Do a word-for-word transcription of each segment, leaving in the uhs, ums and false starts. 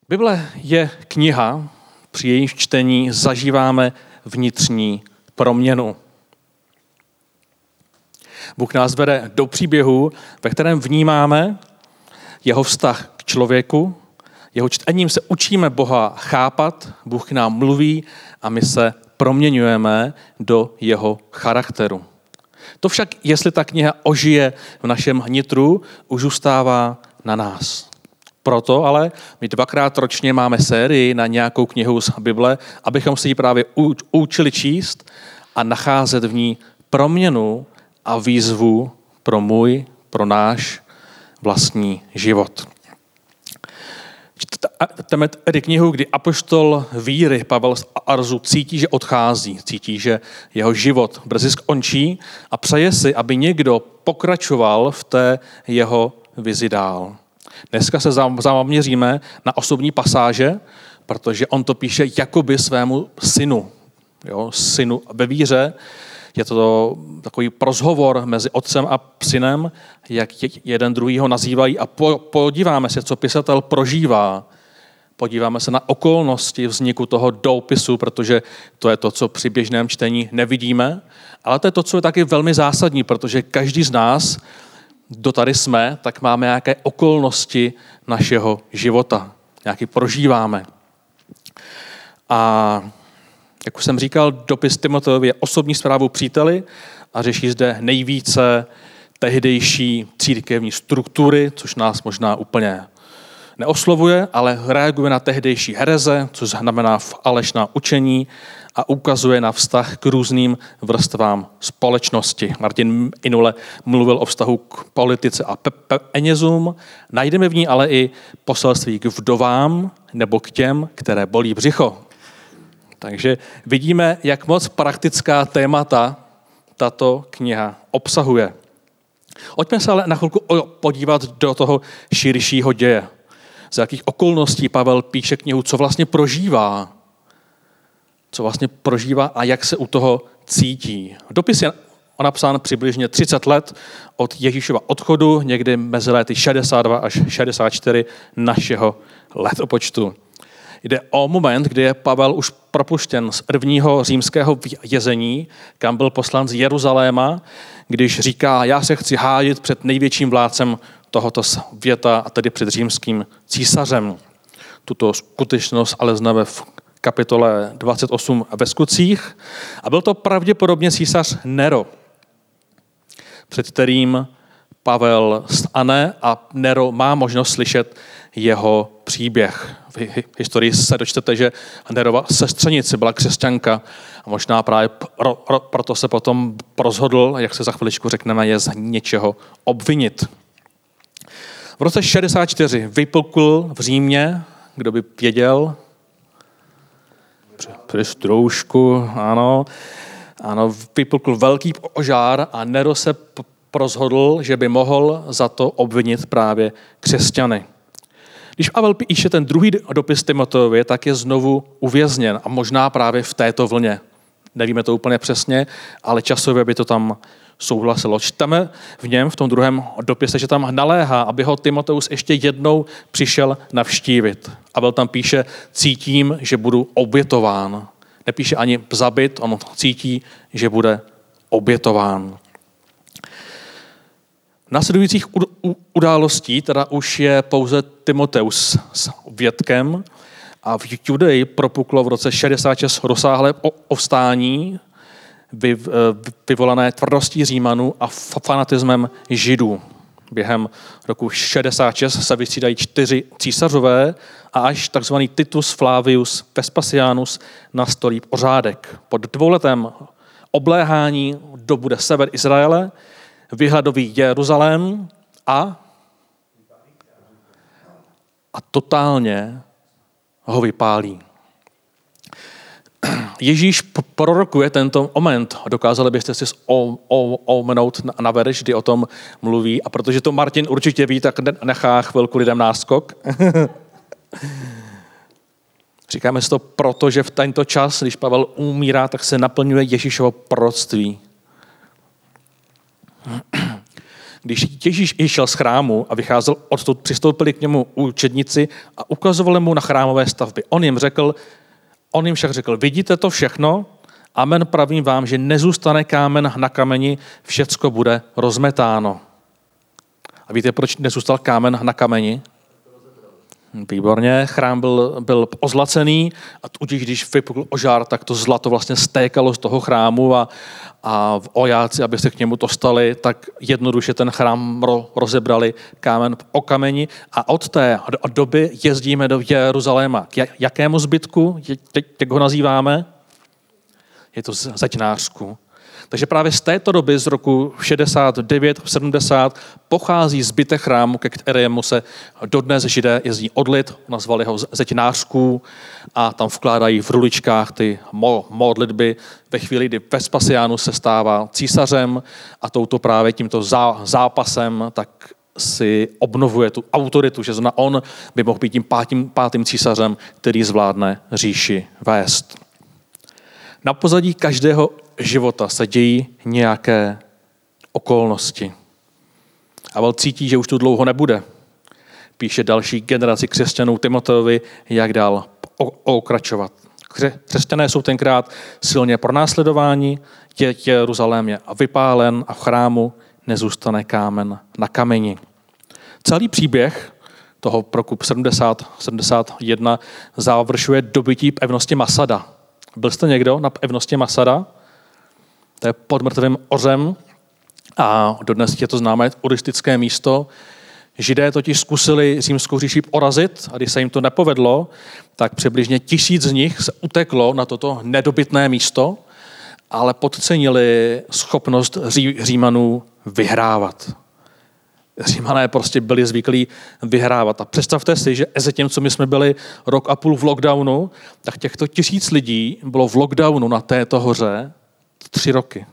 Bible je kniha, při jejímž čtení zažíváme vnitřní proměnu. Bůh nás vede do příběhu, ve kterém vnímáme jeho vztah k člověku, jeho čtením se učíme Boha chápat, Bůh k nám mluví a my se proměňujeme do jeho charakteru. To však, jestli ta kniha ožije v našem nitru, už zůstává na nás. Proto ale my dvakrát ročně máme sérii na nějakou knihu z Bible, abychom si ji právě učili číst a nacházet v ní proměnu a výzvu pro můj, pro náš vlastní život. Čteme tedy knihu, kdy apoštol víry Pavel z Arzu cítí, že odchází, cítí, že jeho život brzy skončí a přeje si, aby někdo pokračoval v té jeho vizi dál. Dneska se zaměříme na osobní pasáže, protože on to píše jakoby svému synu. Jo, synu ve víře. Je to takový rozhovor mezi otcem a synem, jak jeden druhýho nazývají a podíváme se, co pisatel prožívá. Podíváme se na okolnosti vzniku toho dopisu, protože to je to, co při běžném čtení nevidíme, ale to je to, co je taky velmi zásadní, protože každý z nás, kdo tady jsme, tak máme nějaké okolnosti našeho života, nějaký prožíváme. A jak už jsem říkal, dopis Timoteovi je osobní zprávou příteli a řeší zde nejvíce tehdejší církevní struktury, což nás možná úplně neoslovuje, ale reaguje na tehdejší hereze, což znamená falešná učení a ukazuje na vztah k různým vrstvám společnosti. Martin minule mluvil o vztahu k politice a penězům. Najdeme v ní ale i poselství k vdovám nebo k těm, které bolí břicho. Takže vidíme, jak moc praktická témata tato kniha obsahuje. Pojďme se ale na chvilku podívat do toho širšího děje. Z jakých okolností Pavel píše knihu, co vlastně prožívá. Co vlastně prožívá a jak se u toho cítí. Dopis je napsán přibližně třicet let od Ježíšova odchodu, někdy mezi lety šedesát dva až šedesát čtyři našeho letopočtu. Jde o moment, kdy je Pavel už propuštěn z prvního římského vězení, kam byl poslan z Jeruzaléma, když říká, já se chci hájit před největším vládcem tohoto světa, a tedy před římským císařem. Tuto skutečnost ale známe v kapitole dvacet osm ve Skutcích. A byl to pravděpodobně císař Nero, před kterým Pavel stane a Nero má možnost slyšet jeho příběh. V historii se dočtete, že Nerova sestřenice byla křesťanka a možná právě pro, pro, proto se potom rozhodl, jak se za chviličku řekneme, je z něčeho obvinit. V roce šedesát čtyři vypukl v Římě, kdo by věděl, přes troušku, ano, ano, vypukl velký požár a Nero se rozhodl, že by mohl za to obvinit právě křesťany. Když Pavel píše ten druhý dopis Timoteovi, tak je znovu uvězněn a možná právě v této vlně. Nevíme to úplně přesně, ale časově by to tam souhlasilo. Čteme v něm, v tom druhém dopise, že tam naléhá, aby ho Timoteus ještě jednou přišel navštívit. Pavel tam píše, cítím, že budu obětován. Nepíše ani zabit, on cítí, že bude obětován. Následujících událostí teda už je pouze Timoteus s vědkem a v Judeji propuklo v roce šedesát šest rozsáhlé povstání vyvolané tvrdostí Římanů a fanatismem Židů. Během roku šedesát šest se vystřídají čtyři císařové a až takzvaný Titus Flavius Vespasianus nastolí pořádek. Po dvouletém obléhání dobude sever Izraele, vyhladoví Jeruzalém a, a totálně ho vypálí. Ježíš prorokuje tento moment. Dokázali byste si omenout na verš, kdy o tom mluví. A protože to Martin určitě ví, tak nechá chvilku lidem náskok. Říkáme si to proto, že v tento čas, když Pavel umírá, tak se naplňuje Ježíšovo proroctví. Když Ježíš šel z chrámu a vycházel odtud, přistoupili k němu učedníci a ukazovali mu na chrámové stavby. On jim řekl, on jim však řekl, vidíte to všechno? Amen, pravím vám, že nezůstane kámen na kameni, všecko bude rozmetáno. A víte, proč nezůstal kámen na kameni? Výborně, chrám byl, byl ozlacený a tudíž, když vypukl ožár, tak to zlato vlastně stékalo z toho chrámu a, a vojáci, aby se k němu dostali, tak jednoduše ten chrám ro, rozebrali kámen o kameni a od té doby jezdíme do Jeruzaléma. K jakému zbytku, jak ho nazýváme? Je to Zeťnářsku. Takže právě z této doby, z roku šedesát devět sedmdesát, pochází zbytek chrámu, ke kterému se dodnes Židé jezdí odlit, nazvali ho Zeťnářskou a tam vkládají v ruličkách ty modlitby ve chvíli, kdy Vespasianus se stává císařem a touto právě tímto zápasem tak si obnovuje tu autoritu, že zna on by mohl být tím pátým, pátým císařem, který zvládne říši vést. Na pozadí každého života se dějí nějaké okolnosti. Avel cítí, že už tu dlouho nebude. Píše další generaci křesťanů Timoteovi, jak dál pokračovat. Křesťané jsou tenkrát silně pronásledováni, Jeruzalém je vypálen a v chrámu nezůstane kámen na kameni. Celý příběh toho roku sedmdesát sedmdesát jedna završuje dobytí pevnosti Masada. Byl jste někdo na pevnosti Masada? To je pod mrtvým ořem a dodnes je to známé turistické místo. Židé totiž zkusili římskou říši porazit a když se jim to nepovedlo, tak přibližně tisíc z nich se uteklo na toto nedobytné místo, ale podcenili schopnost Ří, Římanů vyhrávat. Římané prostě byli zvyklí vyhrávat. A představte si, že tím, co my jsme byli rok a půl v lockdownu, tak těchto tisíc lidí bylo v lockdownu na této hoře tři roky.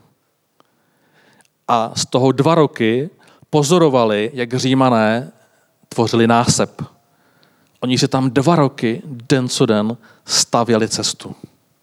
A z toho dva roky pozorovali, jak Římané tvořili násep. Oni si tam dva roky, den co den, stavěli cestu.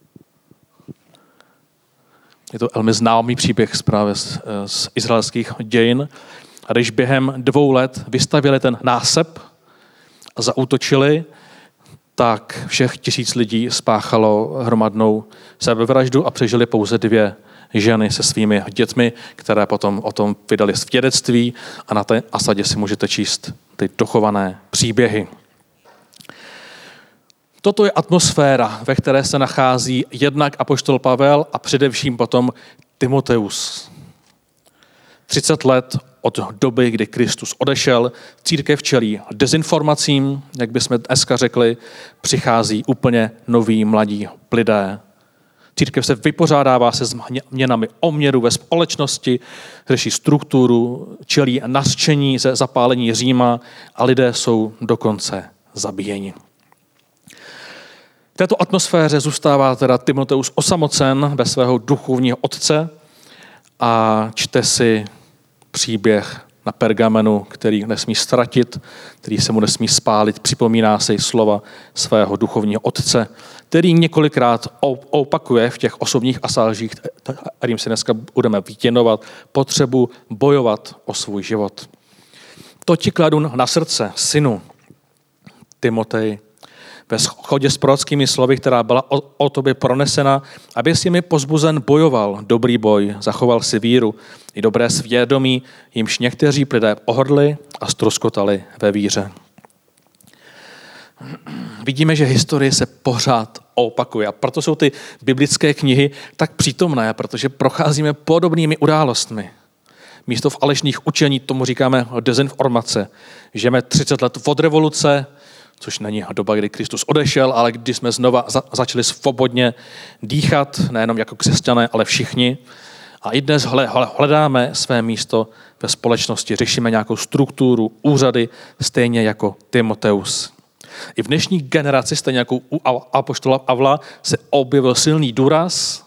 Je to velmi známý příběh právě z, z izraelských dějin. A když během dvou let vystavili ten násep a zaútočili, tak všech tisíc lidí spáchalo hromadnou sebevraždu a přežili pouze dvě ženy se svými dětmi, které potom o tom vydali svědectví a na té asadě si můžete číst ty dochované příběhy. Toto je atmosféra, ve které se nachází jednak apoštol Pavel a především potom Timoteus. třicet let od doby, kdy Kristus odešel, církev čelí dezinformacím, jak bychom dneska řekli, přichází úplně noví mladí lidé. Církev se vypořádává se změnami oměru ve společnosti, řeší strukturu, čelí nařčení ze zapálení Říma a lidé jsou dokonce zabíjeni. V této atmosféře zůstává teda Timoteus osamocen bez svého duchovního otce a čte si příběh na pergamenu, který nesmí ztratit, který se mu nesmí spálit. Připomíná si slova svého duchovního otce, který několikrát opakuje v těch osobních asážích, kterým se dneska budeme věnovat, potřebu bojovat o svůj život. To ti kladu na srdce, synu Timotej, ve shodě s prorockými slovy, která byla o, o tobě pronesena, aby si mi pozbuzen bojoval dobrý boj, zachoval si víru i dobré svědomí, jimž někteří lidé ohrdli a ztroskotali ve víře. Vidíme, že historie se pořád opakuje a proto jsou ty biblické knihy tak přítomné, protože procházíme podobnými událostmi. Místo falešných učení tomu říkáme dezinformace. Žijeme třicet let od revoluce, což není doba, kdy Kristus odešel, ale kdy jsme znova za- začali svobodně dýchat, nejenom jako křesťané, ale všichni. A i dnes hledáme své místo ve společnosti, řešíme nějakou strukturu, úřady, stejně jako Timoteus. I v dnešní generaci, stejně jako u apoštola Pavla, se objevil silný důraz.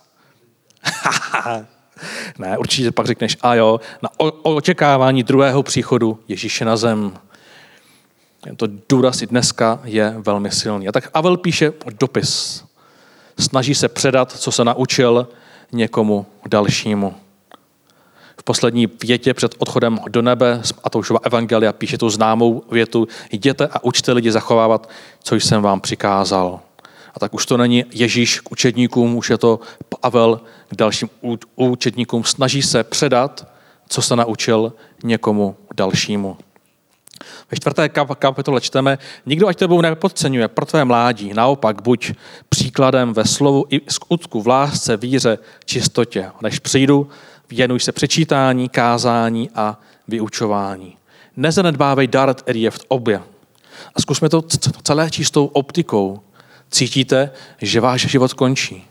Ne, určitě pak řekneš, a jo, na očekávání druhého příchodu Ježíše na zem. To důraz i dneska je velmi silný. A tak Pavel píše dopis. Snaží se předat, co se naučil někomu dalšímu. V poslední větě před odchodem do nebe z Matoušova evangelia píše tu známou větu: jděte a učte lidi zachovávat, co jsem vám přikázal. A tak už to není Ježíš k učedníkům, už je to Pavel k dalším učedníkům. Snaží se předat, co se naučil, někomu dalšímu. Ve čtvrté kapitole čteme: nikdo ať tebou nepodceňuje pro tvé mládí, naopak buď příkladem ve slovu i skutku, v lásce, víře, čistotě. Než přijdu, věnuj se přečítání, kázání a vyučování. Nezanedbávej dar, který je v tobě. A zkusme to celé čistou optikou. Cítíte, že váš život končí.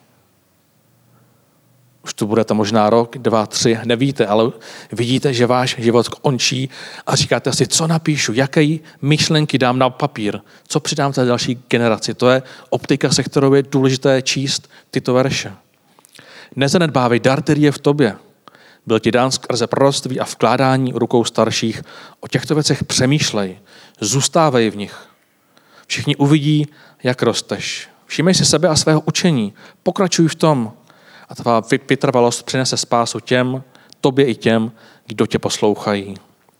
Už tu budete možná rok, dva, tři, nevíte, ale vidíte, že váš život končí a říkáte si, co napíšu, jaké myšlenky dám na papír, co přidám té další generaci. To je optika, se kterou je důležité číst tyto verše. Nezanedbávej dar, který je v tobě. Byl ti dán skrze proroctví a vkládání rukou starších. O těchto věcech přemýšlej, zůstávej v nich. Všichni uvidí, jak rosteš. Všímej si sebe a svého učení, pokračuj v tom a tvá vytrvalost přinese spásu těm, tobě i těm, kdo tě poslouchají.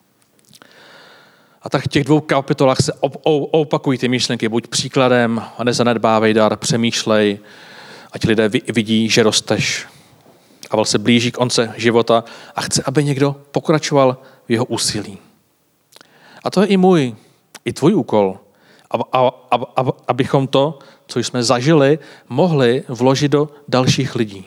A tak v těch dvou kapitolách se opakují ty myšlenky. Buď příkladem a nezanedbávej dar, přemýšlej, ať lidé vidí, že rosteš. Pavel se blíží k konci života a chce, aby někdo pokračoval v jeho úsilí. A to je i můj, i tvůj úkol, abychom to, co jsme zažili, mohli vložit do dalších lidí.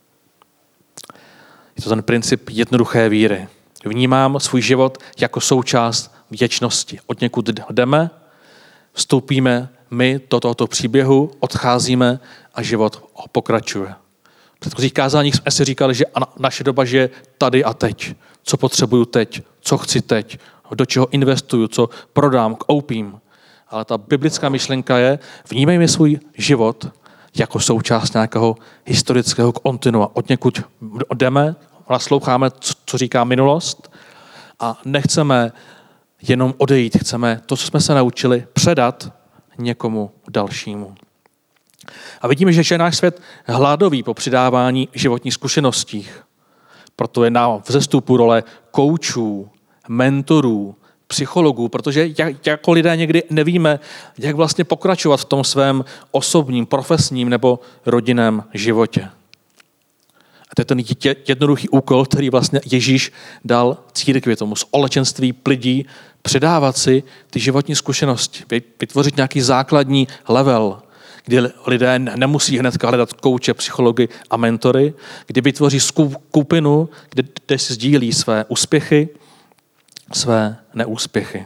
Je to ten princip jednoduché víry. Vnímám svůj život jako součást věčnosti. Od někud jdeme, vstoupíme my do tohoto příběhu, odcházíme a život pokračuje. V předchozích kázáních jsme si říkali, že naše doba žije tady a teď. Co potřebuju teď, co chci teď, do čeho investuju, co prodám, koupím. Ale ta biblická myšlenka je, vnímejme svůj život jako součást nějakého historického kontinua. Od někud jdeme, nasloucháme, co říká minulost a nechceme jenom odejít. Chceme to, co jsme se naučili, předat někomu dalšímu. A vidíme, že je náš svět hladový po přidávání životních zkušeností. Proto je na vzestupu role koučů, mentorů, psychologů, protože jako lidé někdy nevíme, jak vlastně pokračovat v tom svém osobním, profesním nebo rodinném životě. A to je ten jednoduchý úkol, který vlastně Ježíš dal církvi, tomu společenství lidí, předávat si ty životní zkušenosti, vytvořit nějaký základní level, kdy lidé nemusí hned hledat kouče, psychology a mentory, kdy vytvoří skupinu, kde, kde si sdílí své úspěchy, své neúspěchy.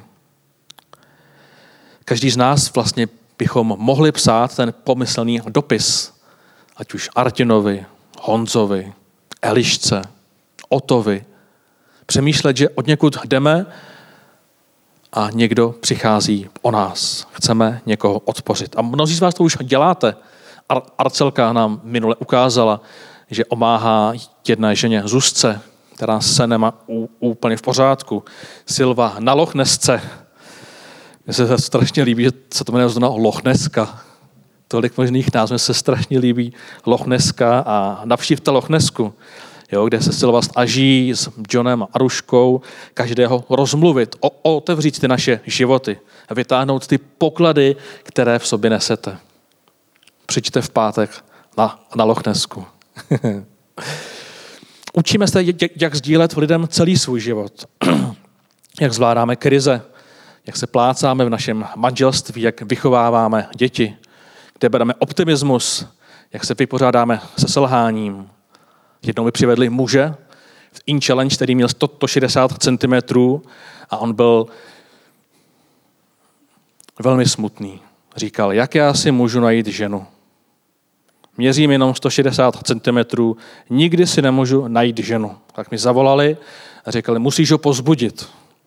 Každý z nás vlastně bychom mohli psát ten pomyslný dopis, ať už Artinovi, Honzovi, Elišce, Otovi. Přemýšlet, že od někud jdeme a někdo přichází o nás. Chceme někoho odpořit. A mnozí z vás to už děláte. Arcelka nám minule ukázala, že omáhá jedné ženě Zuzce, která se nemá úplně v pořádku. Silva na Lochnesce. Mně se strašně líbí, že se to jmenuje znamená Lochneska. Tolik možných názvů se strašně líbí Lochneska a navštívte Lochnesku, jo, kde se Silva snaží s Johnem a Aruškou každého rozmluvit, o, otevřít ty naše životy a vytáhnout ty poklady, které v sobě nesete. Přijďte v pátek na, na Lochnesku. Učíme se, jak, jak sdílet lidem celý svůj život. Jak zvládáme krize, jak se plácáme v našem manželství, jak vychováváme děti, kde bereme optimismus, jak se vypořádáme se selháním. Jednou mi přivedli muže v In Challenge, který měl sto šedesát centimetrů a on byl velmi smutný. Říkal, jak já si můžu najít ženu. Měřím jenom sto šedesát centimetrů, nikdy si nemůžu najít ženu. Tak mi zavolali a říkali, musíš ho pozbudit.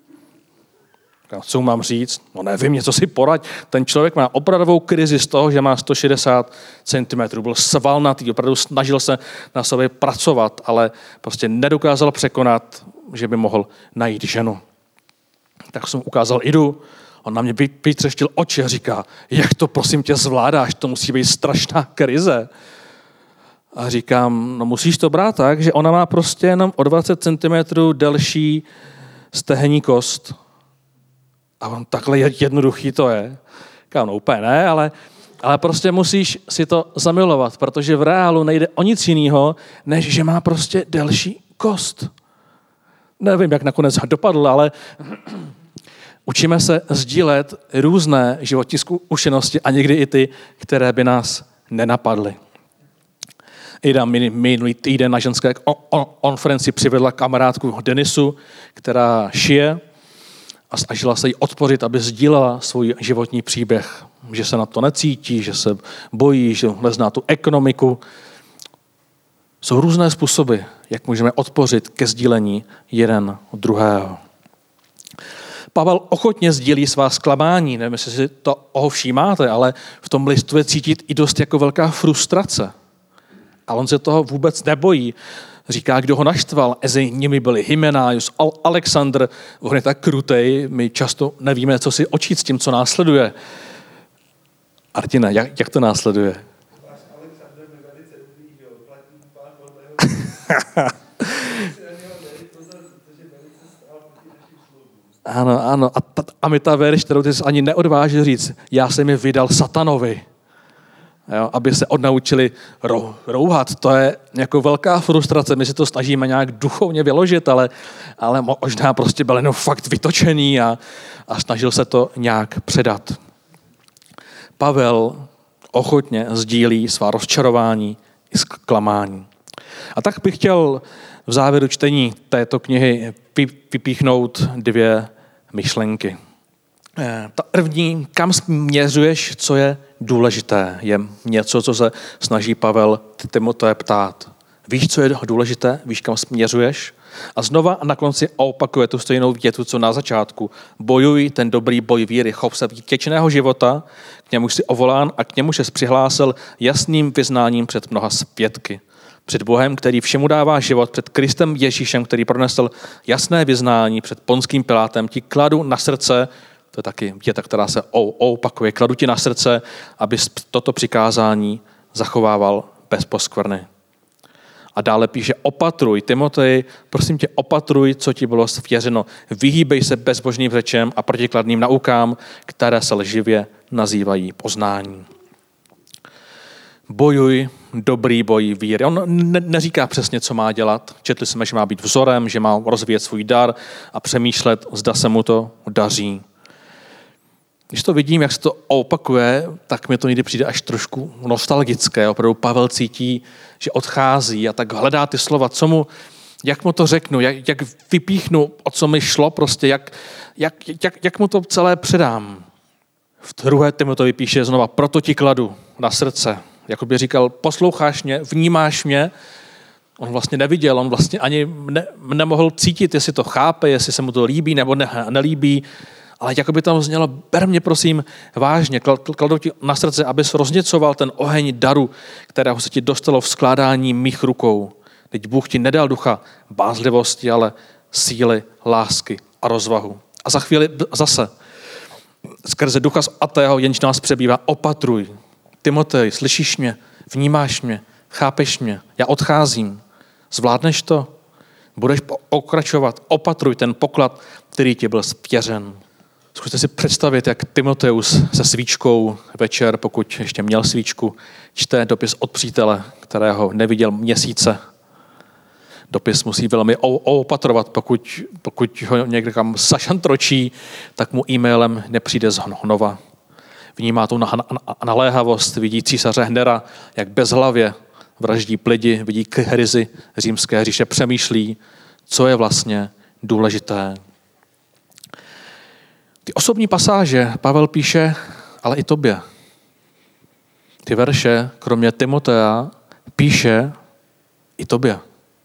Co mám říct? No nevím, něco si poraď. Ten člověk má opravdovou krizi z toho, že má sto šedesát centimetrů. Byl svalnatý, opravdu snažil se na sobě pracovat, ale prostě nedokázal překonat, že by mohl najít ženu. Tak jsem ukázal Idu, on na mě vytřeštil oči a říká, jak to prosím tě zvládáš, to musí být strašná krize. A říkám, no musíš to brát tak, že ona má prostě jenom o dvacet centimetrů delší stehenní kost. A on takhle jednoduchý to je. Říkám, no úplně ne, ale, ale prostě musíš si to zamilovat, protože v reálu nejde o nic jiného, než že má prostě delší kost. Nevím, jak nakonec dopadl, ale učíme se sdílet různé životní zkušenosti a někdy i ty, které by nás nenapadly. Ida minulý týden na ženské konferenci přivedla kamarádku Denisu, která šije a snažila se jí odpořit, aby sdílela svůj životní příběh. Že se na to necítí, že se bojí, že nezná tu ekonomiku. Jsou různé způsoby, jak můžeme odpořit ke sdílení jeden od druhého. Pavel ochotně sdílí svá zklamání, nevím, jestli si to oho všímáte, ale v tom listu je cítit i dost jako velká frustrace. A on se toho vůbec nebojí. Říká, kdo ho naštval. Mezi nimi byli Hymenájus, Alexandr, on je tak krutej, my často nevíme, co si očít s tím, co následuje. Artina, jak, jak to následuje? Alexandr mi velice ublížil, platí pán Božího. Ano, ano. A, ta, a my ta verš, kterou ty jsi ani neodvážil říct, já jsem je vydal satanovi. Jo, aby se odnaučili rou, rouhat. To je jako velká frustrace. My si to snažíme nějak duchovně vyložit, ale, ale možná prostě byl jenom fakt vytočený a, a snažil se to nějak předat. Pavel ochotně sdílí svá rozčarování i zklamání. A tak bych chtěl v závěru čtení této knihy vypíchnout dvě myšlenky. Ta první, kam směřuješ, co je důležité, je něco, co se snaží Pavel Timoteje ptát. Víš, co je důležité? Víš, kam směřuješ? A znova na konci opakuje tu stejnou větu, co na začátku. Bojuj ten dobrý boj víry, chov se věčného života, k němu jsi ovolán a k němu jsi přihlásil jasným vyznáním před mnoha svědky. Před Bohem, který všemu dává život, před Kristem Ježíšem, který pronesl jasné vyznání, před Ponským Pilátem, ti kladu na srdce, to je taky věta, která se opakuje, kladu ti na srdce, aby toto přikázání zachovával bez poskvrny. A dále píše, opatruj, Timoteji, prosím tě, opatruj, co ti bylo svěřeno. Vyhýbej se bezbožným řečem a protikladným naukám, které se lživě nazývají poznání. Bojuj dobrý boj víry. On ne- neříká přesně, co má dělat. Četli jsme, že má být vzorem, že má rozvíjet svůj dar a přemýšlet, zda se mu to daří. Když to vidím, jak se to opakuje, tak mi to někdy přijde až trošku nostalgické. Opravdu Pavel cítí, že odchází a tak hledá ty slova, co mu, jak mu to řeknu, jak, jak vypíchnu, o co mi šlo, prostě, jak, jak, jak, jak mu to celé předám. V druhé Timoteji píše znova, proto ti kladu na srdce. Jakoby říkal, posloucháš mě, vnímáš mě. On vlastně neviděl, on vlastně ani ne, nemohl cítit, jestli to chápe, jestli se mu to líbí nebo ne, nelíbí. Ale jako by tam znělo, ber mě prosím vážně, kladu ti na srdce, abys rozněcoval ten oheň daru, kterého se ti dostalo v skládání mých rukou. Teď Bůh ti nedal ducha bázlivosti, ale síly, lásky a rozvahu. A za chvíli zase, skrze ducha svatého, jenž nás přebývá, opatruj. Timotej, slyšíš mě, vnímáš mě, chápeš mě, já odcházím. Zvládneš to? Budeš pokračovat, opatruj ten poklad, který ti byl svěřen. Zkuste si představit, jak Timoteus se svíčkou večer, pokud ještě měl svíčku, čte dopis od přítele, kterého neviděl měsíce. Dopis musí velmi opatrovat, pokud, pokud ho někde kam sašantročí, tak mu e-mailem nepřijde z hnova. Vnímá tu naléhavost, vidí císaře Nera, jak bezhlavě vraždí lidi, vidí krizi římské říše, přemýšlí, co je vlastně důležité. Ty osobní pasáže Pavel píše, ale i tobě. Ty verše, kromě Timotea, píše i tobě.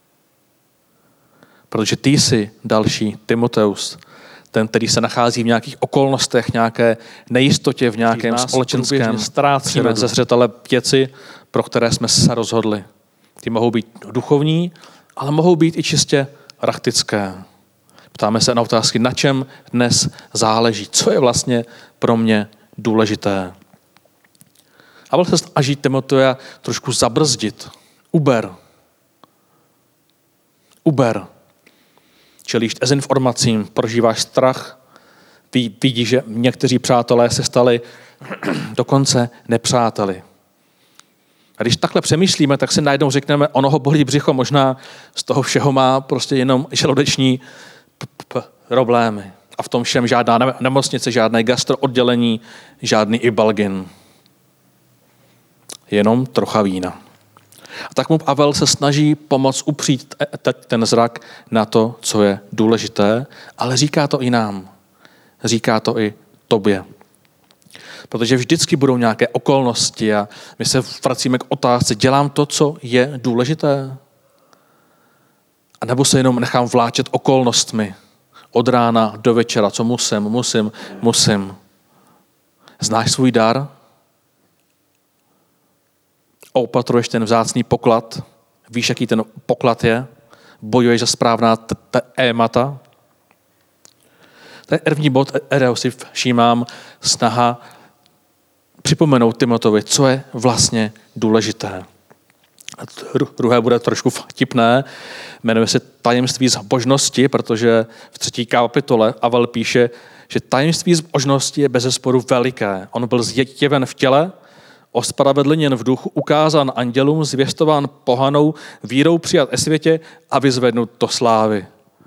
Protože ty jsi další Timoteus, ten, který se nachází v nějakých okolnostech, nějaké nejistotě, v nějakém společenském, ztrácíme ze zřetele věci, pro které jsme se rozhodli. Ty mohou být duchovní, ale mohou být i čistě praktické. Ptáme se na otázky, na čem dnes záleží, co je vlastně pro mě důležité. A byl se snaží Timoteje trošku zabrzdit, Uber. Uber. Čelíš dezinformacím, prožíváš strach, vidíš, že někteří přátelé se stali dokonce nepřáteli. A když takhle přemýšlíme, tak si najednou řekneme, ono ho bolí břicho, možná z toho všeho má prostě jenom žaludeční p- p- problémy. A v tom všem žádná nemocnice, žádné gastrooddělení, žádný ibalgin. Jenom trocha vína. A tak mu Pavel se snaží pomoct upřít ten zrak na to, co je důležité, ale říká to i nám. Říká to i tobě. Protože vždycky budou nějaké okolnosti a my se vracíme k otázce, dělám to, co je důležité? A nebo se jenom nechám vláčet okolnostmi od rána do večera, co musím, musím, musím. Znáš svůj dar? Opatruješ ten vzácný poklad? Víš, jaký ten poklad je? Bojuješ za správná témata? To je první bod, kterého si všímám, snaha připomenout Timotovi, co je vlastně důležité. A druhé bude trošku vtipné, jmenuje se tajemství zbožnosti, protože v třetí kapitole Pavel píše, že tajemství zbožnosti je bezesporu veliké. On byl zjeven v těle, ospravedlněn v duchu, ukázán andělům, zvěstován pohanou, vírou přijat ve světě a vyzvednut do slávy.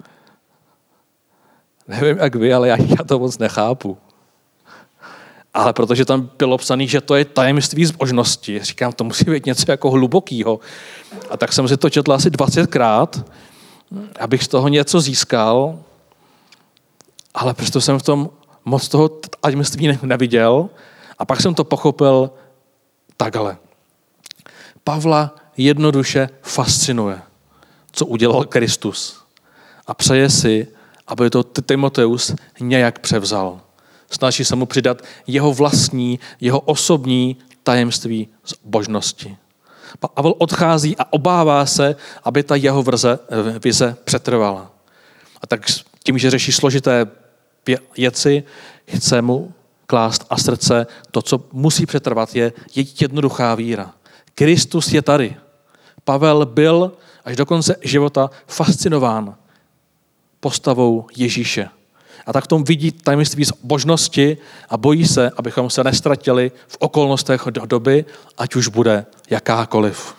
Nevím, jak vy, ale já, já to moc nechápu. Ale protože tam bylo psané, že to je tajemství zbožnosti, říkám, to musí být něco jako hlubokýho. A tak jsem si to četl asi dvacetkrát, abych z toho něco získal, ale přesto jsem v tom moc toho tajemství neviděl a pak jsem to pochopil takhle. Pavla jednoduše fascinuje, co udělal Kristus. A přeje si, aby to Timoteus nějak převzal. Snaží se mu přidat jeho vlastní, jeho osobní tajemství zbožnosti. Pavel odchází a obává se, aby ta jeho vrze, vize přetrvala. A tak tím, že řeší složité věci, chce mu klást a srdce to, co musí přetrvat, je, je jednoduchá víra. Kristus je tady. Pavel byl až do konce života fascinován postavou Ježíše. A tak v tom vidí tajemství zbožnosti a bojí se, abychom se nestratili v okolnostech do doby, ať už bude jakákoliv.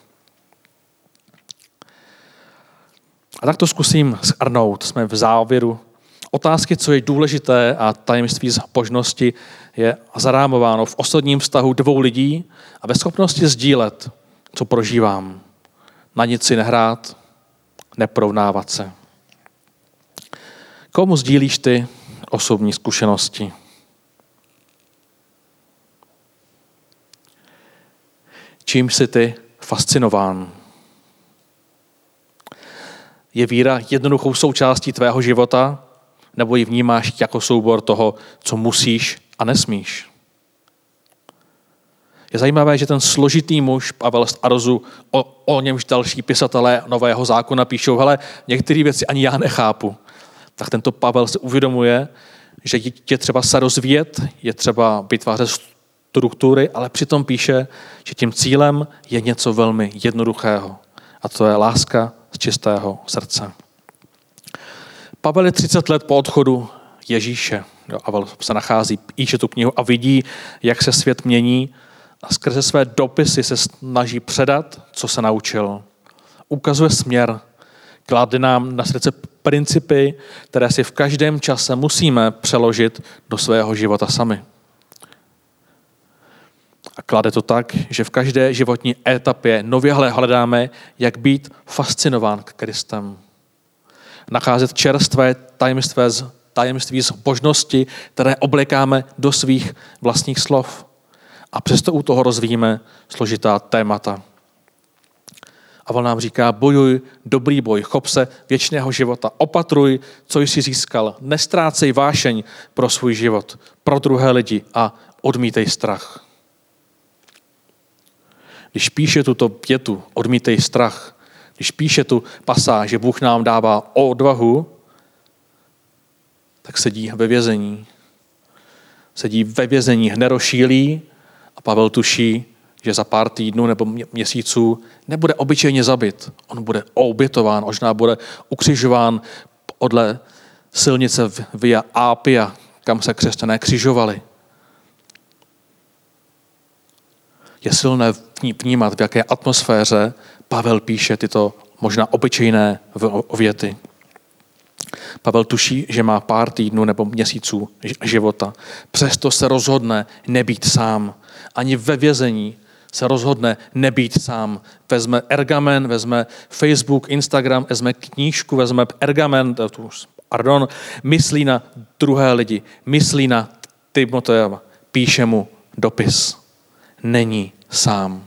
A tak to zkusím shrnout. Jsme v závěru. Otázky, co je důležité a tajemství zbožnosti je zarámováno v osobním vztahu dvou lidí a ve schopnosti sdílet, co prožívám. Na nic si nehrát, neporovnávat se. Komu sdílíš ty osobní zkušenosti? Čím jsi ty fascinován? Je víra jednoduchou součástí tvého života, nebo ji vnímáš jako soubor toho, co musíš a nesmíš? Je zajímavé, že ten složitý muž Pavel z Tarzu, o, o němž další pisatelé Nového zákona píšou, hele, některé věci ani já nechápu. Tak tento Pavel se uvědomuje, že je třeba se rozvíjet, je třeba vytvářet struktury, ale přitom píše, že tím cílem je něco velmi jednoduchého. A to je láska z čistého srdce. Pavel je třicet let po odchodu Ježíše. Pavel se nachází, píše tu knihu a vidí, jak se svět mění a skrze své dopisy se snaží předat, co se naučil. Ukazuje směr, klade nám na srdce principy, které si v každém čase musíme přeložit do svého života sami. A klade to tak, že v každé životní etapě nově hledáme, jak být fascinován k Kristem. Nacházet čerstvé tajemství, tajemství zbožnosti, které oblékáme do svých vlastních slov. A přesto u toho rozvíjíme složitá témata. A on nám říká, bojuj dobrý boj, chop se věčného života, opatruj, co jsi získal, nestrácej vášeň pro svůj život, pro druhé lidi a odmítej strach. Když píše tuto větu, odmítej strach, když píše tu pasáž, že Bůh nám dává odvahu, tak sedí ve vězení. Sedí ve vězení, nerošílí a Pavel tuší, že za pár týdnů nebo měsíců nebude obyčejně zabit. On bude obětován, možná bude ukřižován podle silnice Via Appia, kam se křesťané křižovali. Je silné vnímat, v jaké atmosféře Pavel píše tyto možná obyčejné věty. Pavel tuší, že má pár týdnů nebo měsíců života. Přesto se rozhodne nebýt sám. Ani ve vězení se rozhodne nebýt sám. Vezme ergamen, vezme Facebook, Instagram, vezme knížku, vezme ergamen, pardon, myslí na druhé lidi, myslí na Timoteje, píše mu dopis. Není sám.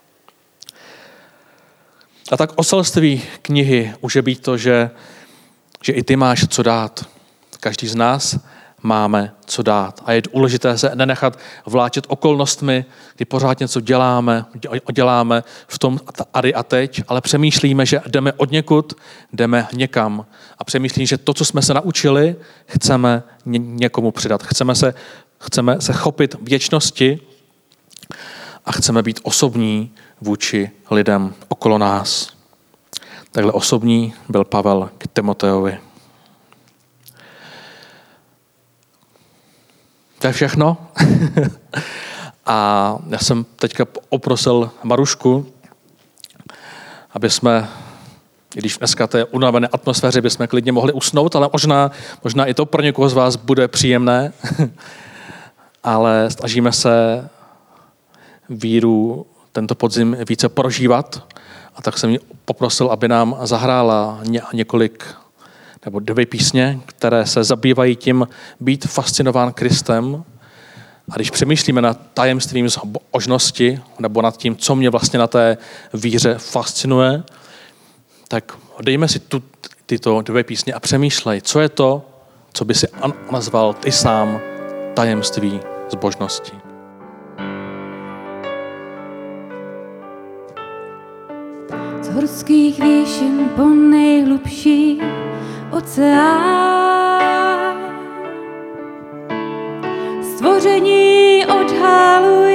A tak oselství knihy může být to, že, že i ty máš co dát. Každý z nás máme co dát. A je důležité se nenechat vláčet okolnostmi, kdy pořád něco děláme, děláme v tom tady a teď, ale přemýšlíme, že jdeme od někud, jdeme někam. A přemýšlíme, že to, co jsme se naučili, chceme někomu přidat. Chceme se, chceme se chopit věčnosti a chceme být osobní vůči lidem okolo nás. Takhle osobní byl Pavel k Timotejovi. To je všechno. A já jsem teďka oprosil Marušku, aby jsme, když dneska té unavené atmosféře, bychom klidně mohli usnout, ale možná, možná i to pro někoho z vás bude příjemné. Ale snažíme se víru tento podzim více prožívat. A tak jsem ji poprosil, aby nám zahrála několik nebo dvě písně, které se zabývají tím být fascinován Kristem. A když přemýšlíme nad tajemstvím zbožnosti nebo nad tím, co mě vlastně na té víře fascinuje, tak dejme si tu, tyto dvě písně a přemýšlej, co je to, co by si nazval ty sám tajemství zbožnosti. Z horských výšin po nejhlubší oceán stvoření odhaluje